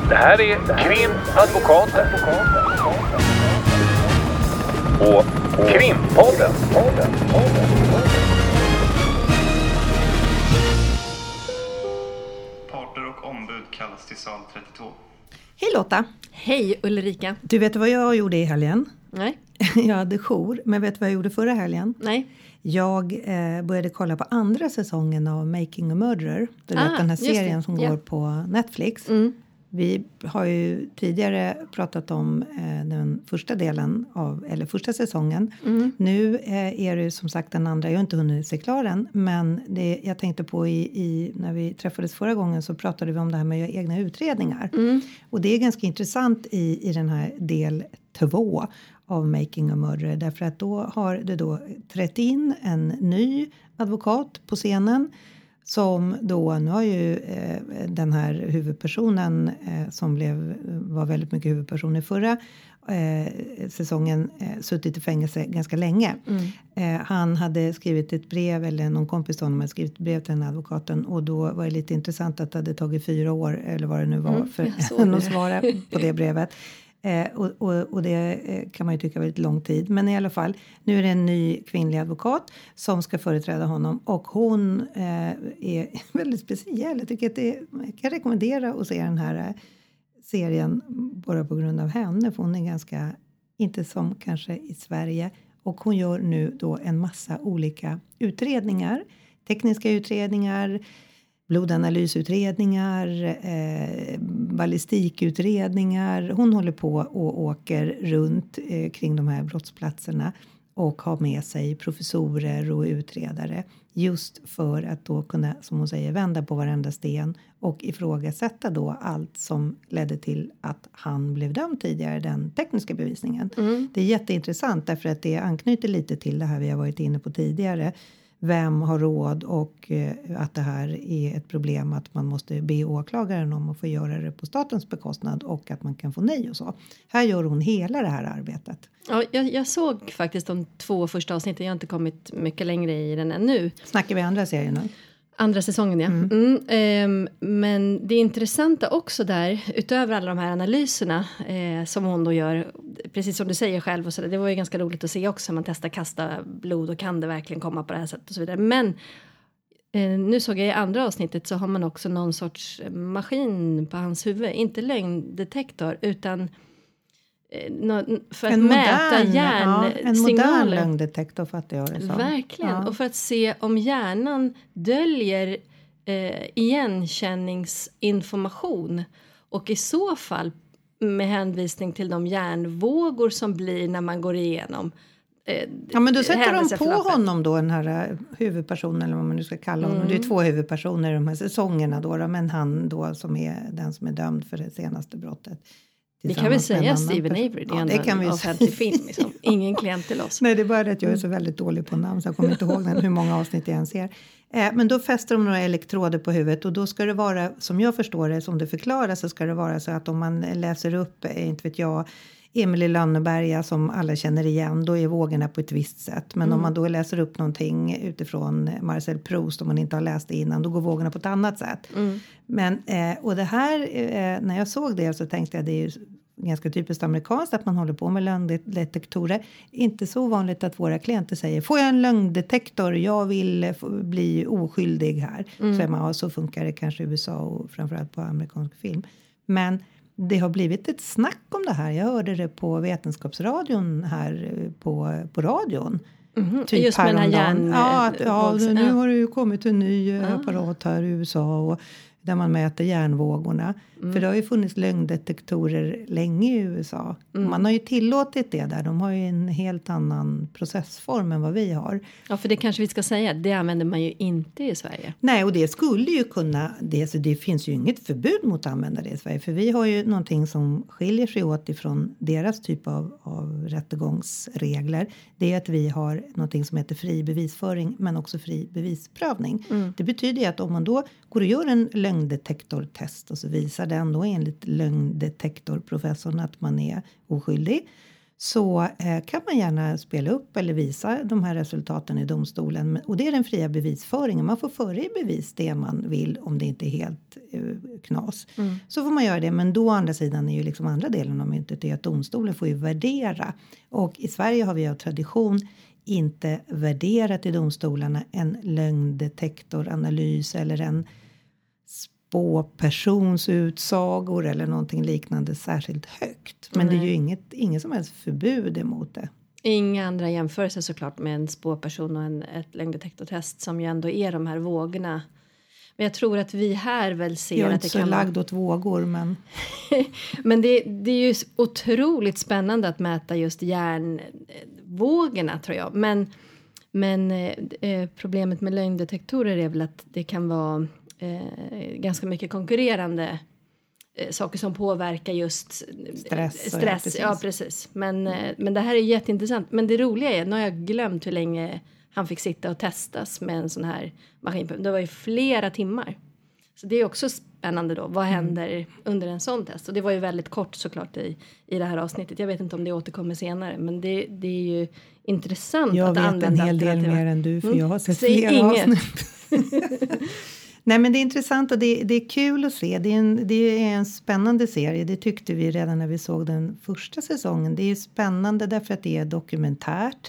Det här är Krimadvokaten. Och Krimpodden. Parter och ombud kallas till sal 32. Hej Lotta! Hej Ulrika! Du vet vad jag gjorde i helgen? Nej. Jag hade jour, men vet du vad jag gjorde förra helgen? Nej. Jag började kolla på andra säsongen av Making a Murderer. Den här serien som går på Netflix. Mm. Vi har ju tidigare pratat om den första delen eller första säsongen. Mm. Nu är det som sagt den andra. Jag har inte hunnit se klar den. Men jag tänkte på när vi träffades förra gången så pratade vi om det här med att göra egna utredningar. Mm. Och det är ganska intressant i den här del 2 av Making a Murderer. Därför att då har det då trätt in en ny advokat på scenen. Som då, nu har ju den här huvudpersonen som var väldigt mycket huvudperson i förra säsongen suttit i fängelse ganska länge. Han hade skrivit ett brev, eller någon kompis till honom hade skrivit ett brev till den advokaten. Och då var det lite intressant att det hade tagit 4 år eller vad det nu var för att svara på det brevet. Och det kan man ju tycka var lite lång tid. Men i alla fall, nu är det en ny kvinnlig advokat som ska företräda honom. Och hon är väldigt speciell. Jag tycker att jag kan rekommendera att se den här serien bara på grund av henne. För hon är ganska, inte som kanske i Sverige. Och hon gör nu då en massa olika utredningar. Tekniska utredningar, blodanalysutredningar, ballistikutredningar. Hon håller på och åker runt kring de här brottsplatserna och har med sig professorer och utredare just för att då kunna, som hon säger, vända på varenda sten och ifrågasätta då allt som ledde till att han blev dömd tidigare, den tekniska bevisningen. Det är jätteintressant därför att det anknyter lite till det här vi har varit inne på tidigare. Vem har råd och att det här är ett problem att man måste be åklagaren om att få göra det på statens bekostnad och att man kan få nej och så. Här gör hon hela det här arbetet. Ja, jag såg faktiskt de 2 första avsnitten. Jag har inte kommit mycket längre i den ännu. Snackar vi andra serien nu? Andra säsongen, ja. Men det intressanta också där, utöver alla de här analyserna som hon då gör, precis som du säger själv, och så där, det var ju ganska roligt att se också, man testar kasta blod och kan det verkligen komma på det här sättet och så vidare. Men nu såg jag i andra avsnittet så har man också någon sorts maskin på hans huvud, inte lögndetektor utan för att mäta hjärnsignaler. En modern lögndetektor fattar jag det som. Verkligen, ja. Och för att se om hjärnan döljer igenkänningsinformation. Och i så fall med hänvisning till de hjärnvågor som blir när man går igenom. Ja, men då sätter de på honom då, den här huvudpersonen eller vad man nu ska kalla honom. Det är 2 huvudpersoner i de här säsongerna då, men han då som är den som är dömd för det senaste brottet. Vi kan väl säga Stephen Avery, det är en offentlig film. Liksom. Ingen klient till oss. Nej, det är bara att jag är så väldigt dålig på namn så jag kommer inte ihåg hur många avsnitt jag än ser. Men då fäster de några elektroder på huvudet och då ska det vara, som jag förstår det, som det förklaras, så ska det vara så att om man läser upp, inte vet jag, Emil i Lönneberga som alla känner igen, då är vågorna på ett visst sätt. Men om man då läser upp någonting utifrån Marcel Proust, om man inte har läst det innan, då går vågorna på ett annat sätt. Men, och det här, när jag såg det så tänkte jag, det är ju ganska typiskt amerikanskt att man håller på med lögndetektorer. Inte så vanligt att våra klienter säger, får jag en lögndetektor? Jag vill bli oskyldig här. Så funkar det kanske i USA och framförallt på amerikansk film. Men det har blivit ett snack om det här. Jag hörde det på Vetenskapsradion här på radion. Typ just med den här nu har det ju kommit en ny apparat här i USA och där man mäter hjärnvågorna. För det har ju funnits lögndetektorer länge i USA. Man har ju tillåtit det där. De har ju en helt annan processform än vad vi har. Ja, för det kanske vi ska säga. Det använder man ju inte i Sverige. Nej, och det skulle ju kunna. Det finns ju inget förbud mot att använda det i Sverige. För vi har ju någonting som skiljer sig åt ifrån deras typ av rättegångsregler. Det är att vi har någonting som heter fri bevisföring men också fri bevisprövning. Det betyder ju att om man då går och gör en lögndetektortest och så visar den då enligt lögndetektorprofessorn att man är oskyldig, så kan man gärna spela upp eller visa de här resultaten i domstolen. Och det är den fria bevisföringen. Man får föra i bevis det man vill om det inte är helt knas. Så får man göra det. Men då å andra sidan är ju liksom andra delen av myntet är att domstolen får ju värdera. Och i Sverige har vi av tradition inte värderat i domstolarna en lögndetektoranalys eller en spåpersons utsagor eller någonting liknande särskilt högt. Men det är ju inget som helst förbud emot det. Inga andra jämförelser såklart med en spåperson och ett lögndetektortest som ju ändå är de här vågorna. Men jag tror att vi här väl ser jag är att inte det så kan lagd åt vågor, men... men det är ju otroligt spännande att mäta just hjärnvågorna, tror jag. Men problemet med lögndetektorer är väl att det kan vara ganska mycket konkurrerande saker som påverkar just stress. Ja, precis. Men det här är jätteintressant. Men det roliga är, nu har jag glömt hur länge han fick sitta och testas med en sån här maskin. Det var ju flera timmar. Så det är också spännande då. Vad händer under en sån test? Och det var ju väldigt kort såklart i det här avsnittet. Jag vet inte om det återkommer senare. Men det är ju intressant att använda. Jag vet en hel del mer än du, för jag har sett flera avsnitt. Nej, men det är intressant och det är kul att se. Det är en spännande serie. Det tyckte vi redan när vi såg den första säsongen. Det är spännande därför att det är dokumentärt.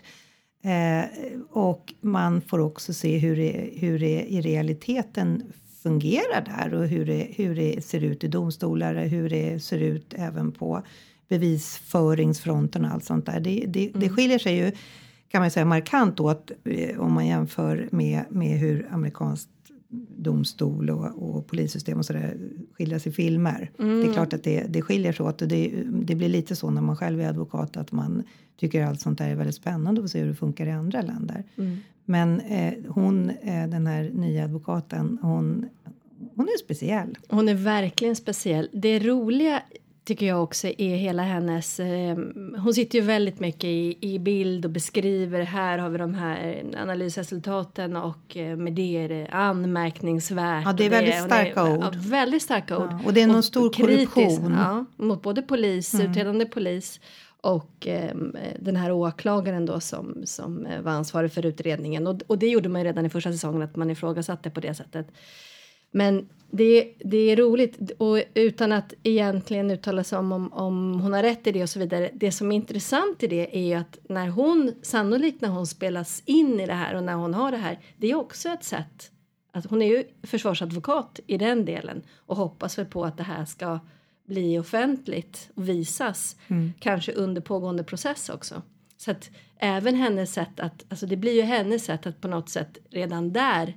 Och man får också se hur det i realiteten fungerar där. Och hur det ser ut i domstolar. Hur det ser ut även på bevisföringsfronten och allt sånt där. Det skiljer sig ju, kan man säga, markant åt om man jämför med hur amerikanskt domstol och polissystem och sådär skiljas i filmer. Det är klart att det skiljer sig åt. Det blir lite så när man själv är advokat att man tycker allt sånt där är väldigt spännande att se hur det funkar i andra länder. Men den här nya advokaten, hon är speciell. Hon är verkligen speciell. Det roliga tycker jag också är hela hennes... hon sitter ju väldigt mycket i bild och beskriver. Här har vi de här analysresultaten och med det är det anmärkningsvärt. Ja, det är väldigt starka ord. Ja, väldigt starka ord. Och det är någon stor korruption. Ja, mot både polis, utredande polis och den här åklagaren då som var ansvarig för utredningen. Och det gjorde man ju redan i första säsongen att man ifrågasatte på det sättet. Men det är roligt och utan att egentligen uttala sig om hon har rätt i det och så vidare. Det som är intressant i det är ju att när hon spelas in i det här och när hon har det här. Det är också ett sätt att hon är ju försvarsadvokat i den delen och hoppas väl på att det här ska bli offentligt och visas. Kanske under pågående process också. Så att även hennes sätt att, alltså det blir ju hennes sätt att på något sätt redan där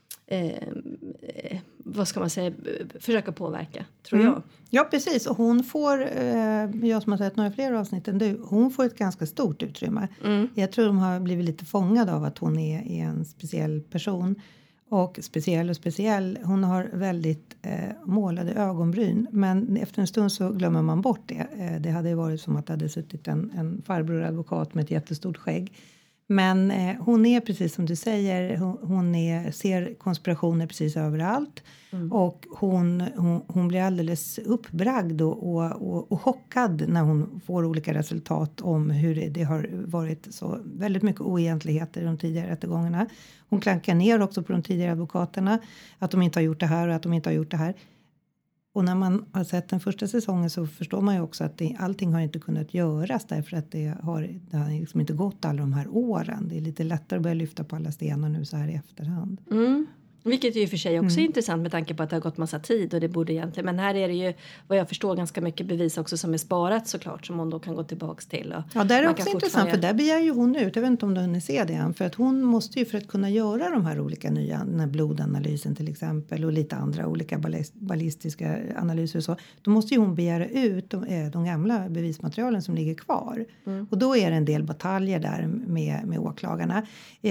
vad ska man säga, försöka påverka, tror jag. Ja, precis. Och hon får, jag som har sett några fler avsnitt än du, hon får ett ganska stort utrymme. Jag tror de har blivit lite fångade av att hon är en speciell person. Och speciell. Hon har väldigt målade ögonbryn. Men efter en stund så glömmer man bort det. Det hade ju varit som att det hade suttit en farbror advokat med ett jättestort skägg. Men hon är precis som du säger, hon ser konspirationer precis överallt. Och hon blir alldeles uppbragd och chockad när hon får olika resultat om hur det har varit så väldigt mycket oegentligheter i de tidigare rättegångarna. Hon klankar ner också på de tidigare advokaterna att de inte har gjort det här och att de inte har gjort det här. Och när man har sett den första säsongen så förstår man ju också att allting har inte kunnat göras därför att det har liksom inte gått alla de här åren. Det är lite lättare att börja lyfta på alla stenar nu så här i efterhand. Vilket ju i och för sig också är intressant med tanke på att det har gått massa tid och det borde egentligen. Men här är det ju, vad jag förstår, ganska mycket bevis också som är sparat såklart som hon då kan gå tillbaks till. Och ja, det är också intressant för där begär ju hon ut, jag vet inte om du hunnit se det än, för att hon måste ju för att kunna göra de här olika nya, den här blodanalysen till exempel och lite andra olika ballistiska analyser och så, då måste ju hon begära ut de gamla bevismaterialen som ligger kvar. Och då är det en del bataljer där med åklagarna.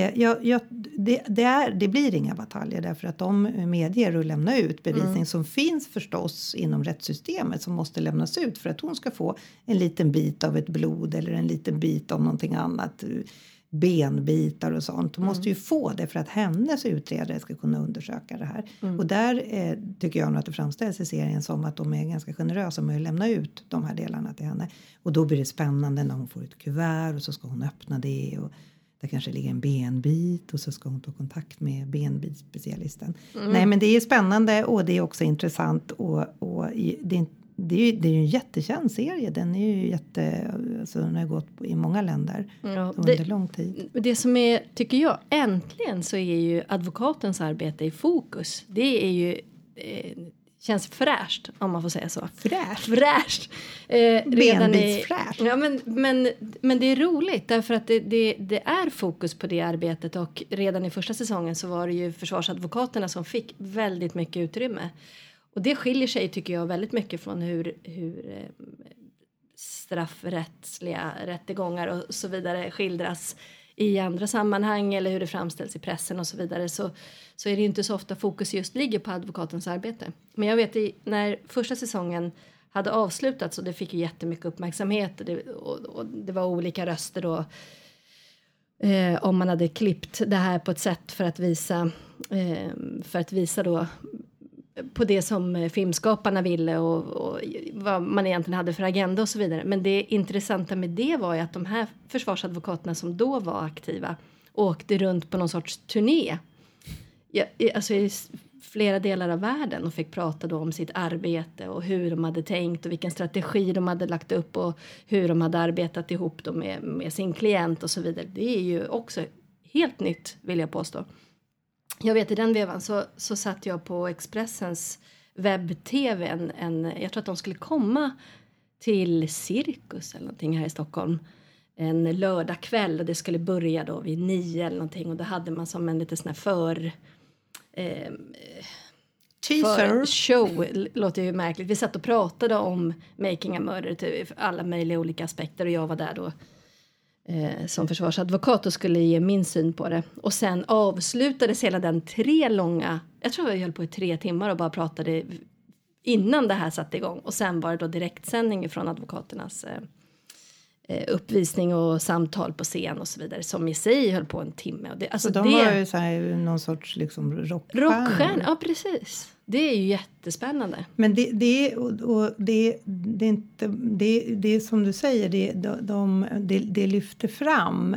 Det blir inga bataljer därför att de medger att lämna ut bevisning som finns förstås inom rättssystemet som måste lämnas ut för att hon ska få en liten bit av ett blod eller en liten bit av någonting annat. benbitar och sånt. Hon måste ju få det för att hennes utredare ska kunna undersöka det här. Och där tycker jag nog att det framställs i serien som att de är ganska generösa med att lämna ut de här delarna till henne. Och då blir det spännande när hon får ett kuvert och så ska hon öppna det och där kanske ligger en benbit och så ska hon ta kontakt med benbitspecialisten. Nej, men det är spännande och det är också intressant och det är ju en jättekänd serie. Den är ju alltså den har gått i många länder under lång tid. Det som är, tycker jag, äntligen så är ju advokatens arbete i fokus. Det är ju känns fräscht, om man får säga så. Fräscht. Benbitsfräscht. Ja, men det är roligt därför att det är fokus på det arbetet och redan i första säsongen så var det ju försvarsadvokaterna som fick väldigt mycket utrymme. Och det skiljer sig, tycker jag, väldigt mycket från hur straffrättsliga rättegångar och så vidare skildras i andra sammanhang eller hur det framställs i pressen och så vidare, så är det inte så ofta fokus just ligger på advokatens arbete. Men jag vet när första säsongen hade avslutats och det fick ju jättemycket uppmärksamhet och det var olika röster då om man hade klippt det här på ett sätt för att visa då på det som filmskaparna ville och vad man egentligen hade för agenda och så vidare. Men det intressanta med det var ju att de här försvarsadvokaterna som då var aktiva åkte runt på någon sorts turné. Alltså i flera delar av världen och fick prata då om sitt arbete och hur de hade tänkt och vilken strategi de hade lagt upp och hur de hade arbetat ihop då med sin klient och så vidare. Det är ju också helt nytt, vill jag påstå. Jag vet i den vevan så satt jag på Expressens webb-tv. Jag tror att de skulle komma till Cirkus eller någonting här i Stockholm. En lördagkväll och det skulle börja då vid 9 eller någonting. Och då hade man som en lite sån här teaser show, låter ju märkligt. Vi satt och pratade om Making a Murder till alla möjliga olika aspekter och jag var där då som försvarsadvokat och skulle ge min syn på det. Och sen avslutades hela den 3 långa, jag tror jag höll på i 3 timmar och bara pratade innan det här satte igång. Och sen var det då direktsändning från advokaternas uppvisning och samtal på scen och så vidare som i sig höll på en timme. Och så de var ju så här, någon sorts liksom rockstjärna. Ja, precis. Det är ju jättespännande. Men det är inte det är som du säger, det lyfter fram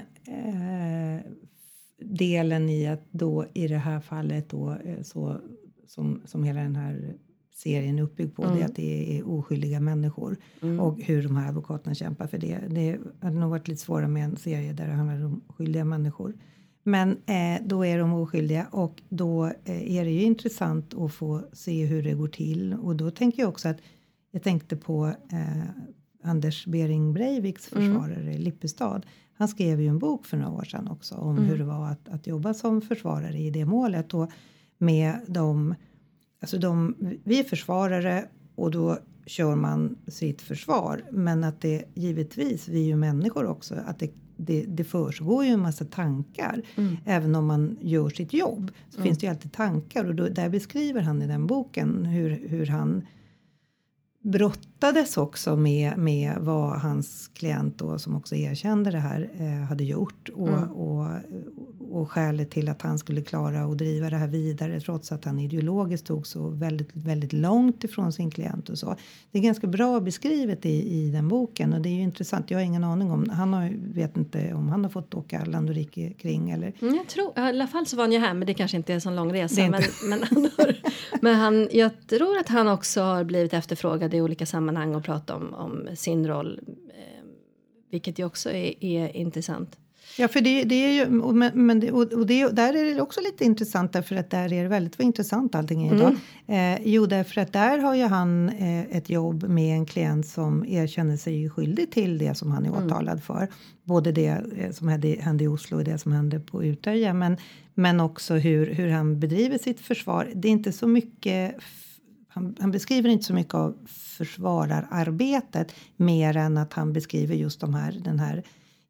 delen i att då i det här fallet då så som hela den här serien är uppbyggd på det, att det är oskyldiga människor och hur de här advokaterna kämpar för det. Det hade nog varit lite svårare med en serie där det handlar om skyldiga människor. Men då är de oskyldiga och då är det ju intressant att få se hur det går till. Och då tänker jag också att jag tänkte på Anders Behring Breiviks försvarare i Lippestad. Han skrev ju en bok för några år sedan också om hur det var att jobba som försvarare i det målet. Och med vi är försvarare och då kör man sitt försvar. Men att det givetvis, vi är ju människor också, att det försiggår ju en massa tankar. Även om man gör sitt jobb så finns det ju alltid tankar. Och där beskriver han i den boken hur han brottades också med vad hans klient då, som också erkände det här, hade gjort. Och skälet till att han skulle klara att driva det här vidare trots att han ideologiskt tog så väldigt, väldigt långt ifrån sin klient och så. Det är ganska bra beskrivet i den boken och det är ju intressant. Jag har ingen aning om, vet inte om han har fått åka land och rike kring eller... Jag tror, i alla fall så var han ju här, men det kanske inte är en sån lång resa. Men jag tror att han också har blivit efterfrågad i olika sammanhang och pratat om sin roll, vilket ju också är intressant. Ja, för det är ju, där är det också lite intressant därför att där är det väldigt intressant allting idag. Därför att där har ju han ett jobb med en klient som erkänner sig skyldig till det som han är åtalad för. Både det som hände i Oslo och det som hände på Utöja, men också hur han bedriver sitt försvar. Det är inte så mycket, han beskriver inte så mycket av försvarararbetet mer än att han beskriver just den här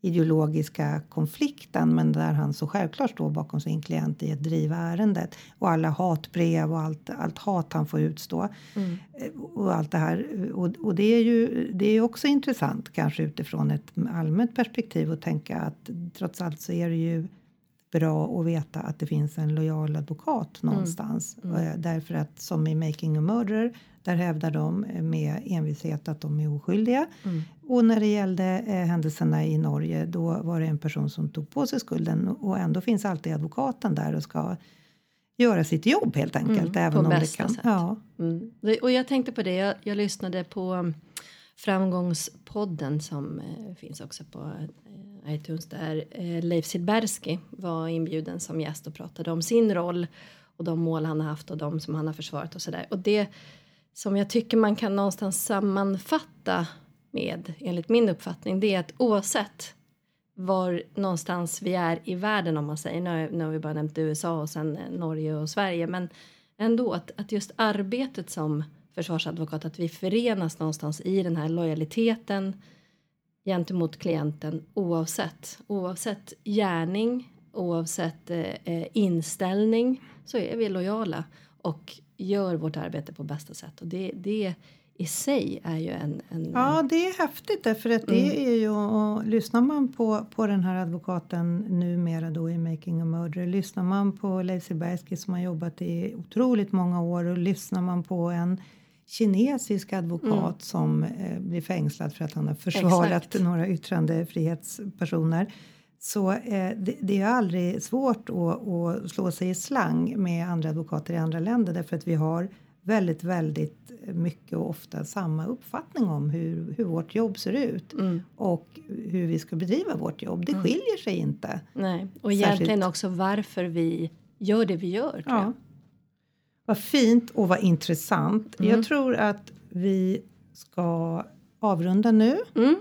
ideologiska konflikten, men där han så självklart står bakom sin klient i att driva ärendet. Och alla hatbrev och allt hat han får utstå. Och allt det här. Och det är ju också intressant kanske utifrån ett allmänt perspektiv att tänka att trots allt så är det ju bra att veta att det finns en lojal advokat någonstans. Därför att som i Making a Murderer, där hävdar de med envishet att de är oskyldiga. Och när det gällde händelserna i Norge, då var det en person som tog på sig skulden. Och ändå finns alltid advokaten där och ska göra sitt jobb helt enkelt. Även på om bästa det kan. sätt. Ja. Och jag tänkte på det, jag lyssnade på Framgångspodden som finns också på iTunes, där Leif Silbersky var inbjuden som gäst och pratade om sin roll och de mål han har haft och de som han har försvarat och sådär. Och det som jag tycker man kan någonstans sammanfatta med, enligt min uppfattning, det är att oavsett var någonstans vi är i världen, om man säger, nu har vi bara nämnt USA och sen Norge och Sverige, men ändå att just arbetet som försvarsadvokat, att vi förenas någonstans i den här lojaliteten gentemot klienten oavsett gärning, oavsett inställning, så är vi lojala och gör vårt arbete på bästa sätt. Och det i sig är ju en... Ja, det är häftigt därför att det är ju, och lyssnar man på den här advokaten numera då i Making a Murderer, lyssnar man på Leif Silbersky som har jobbat i otroligt många år, och lyssnar man på en kinesisk advokat som blir fängslad för att han har försvarat några yttrandefrihetspersoner. Så det är aldrig svårt att slå sig i slang med andra advokater i andra länder, därför att vi har väldigt, väldigt mycket och ofta samma uppfattning om hur vårt jobb ser ut och hur vi ska bedriva vårt jobb. Det skiljer sig inte. Nej, och egentligen också varför vi gör det vi gör, tror jag. Vad fint och vad intressant. Jag tror att vi ska avrunda nu.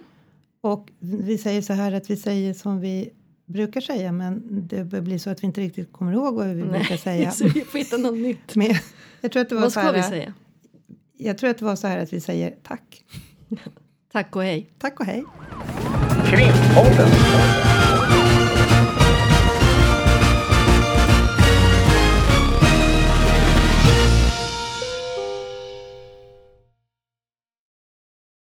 Och vi säger så här att vi säger som vi brukar säga, men det blir så att vi inte riktigt kommer ihåg vad vi brukar säga. Så vi får hitta något nytt. Men jag tror att det var vad ska vi säga? Jag tror att det var så här att vi säger tack. Tack och hej. Tack och hej. Krimpodden.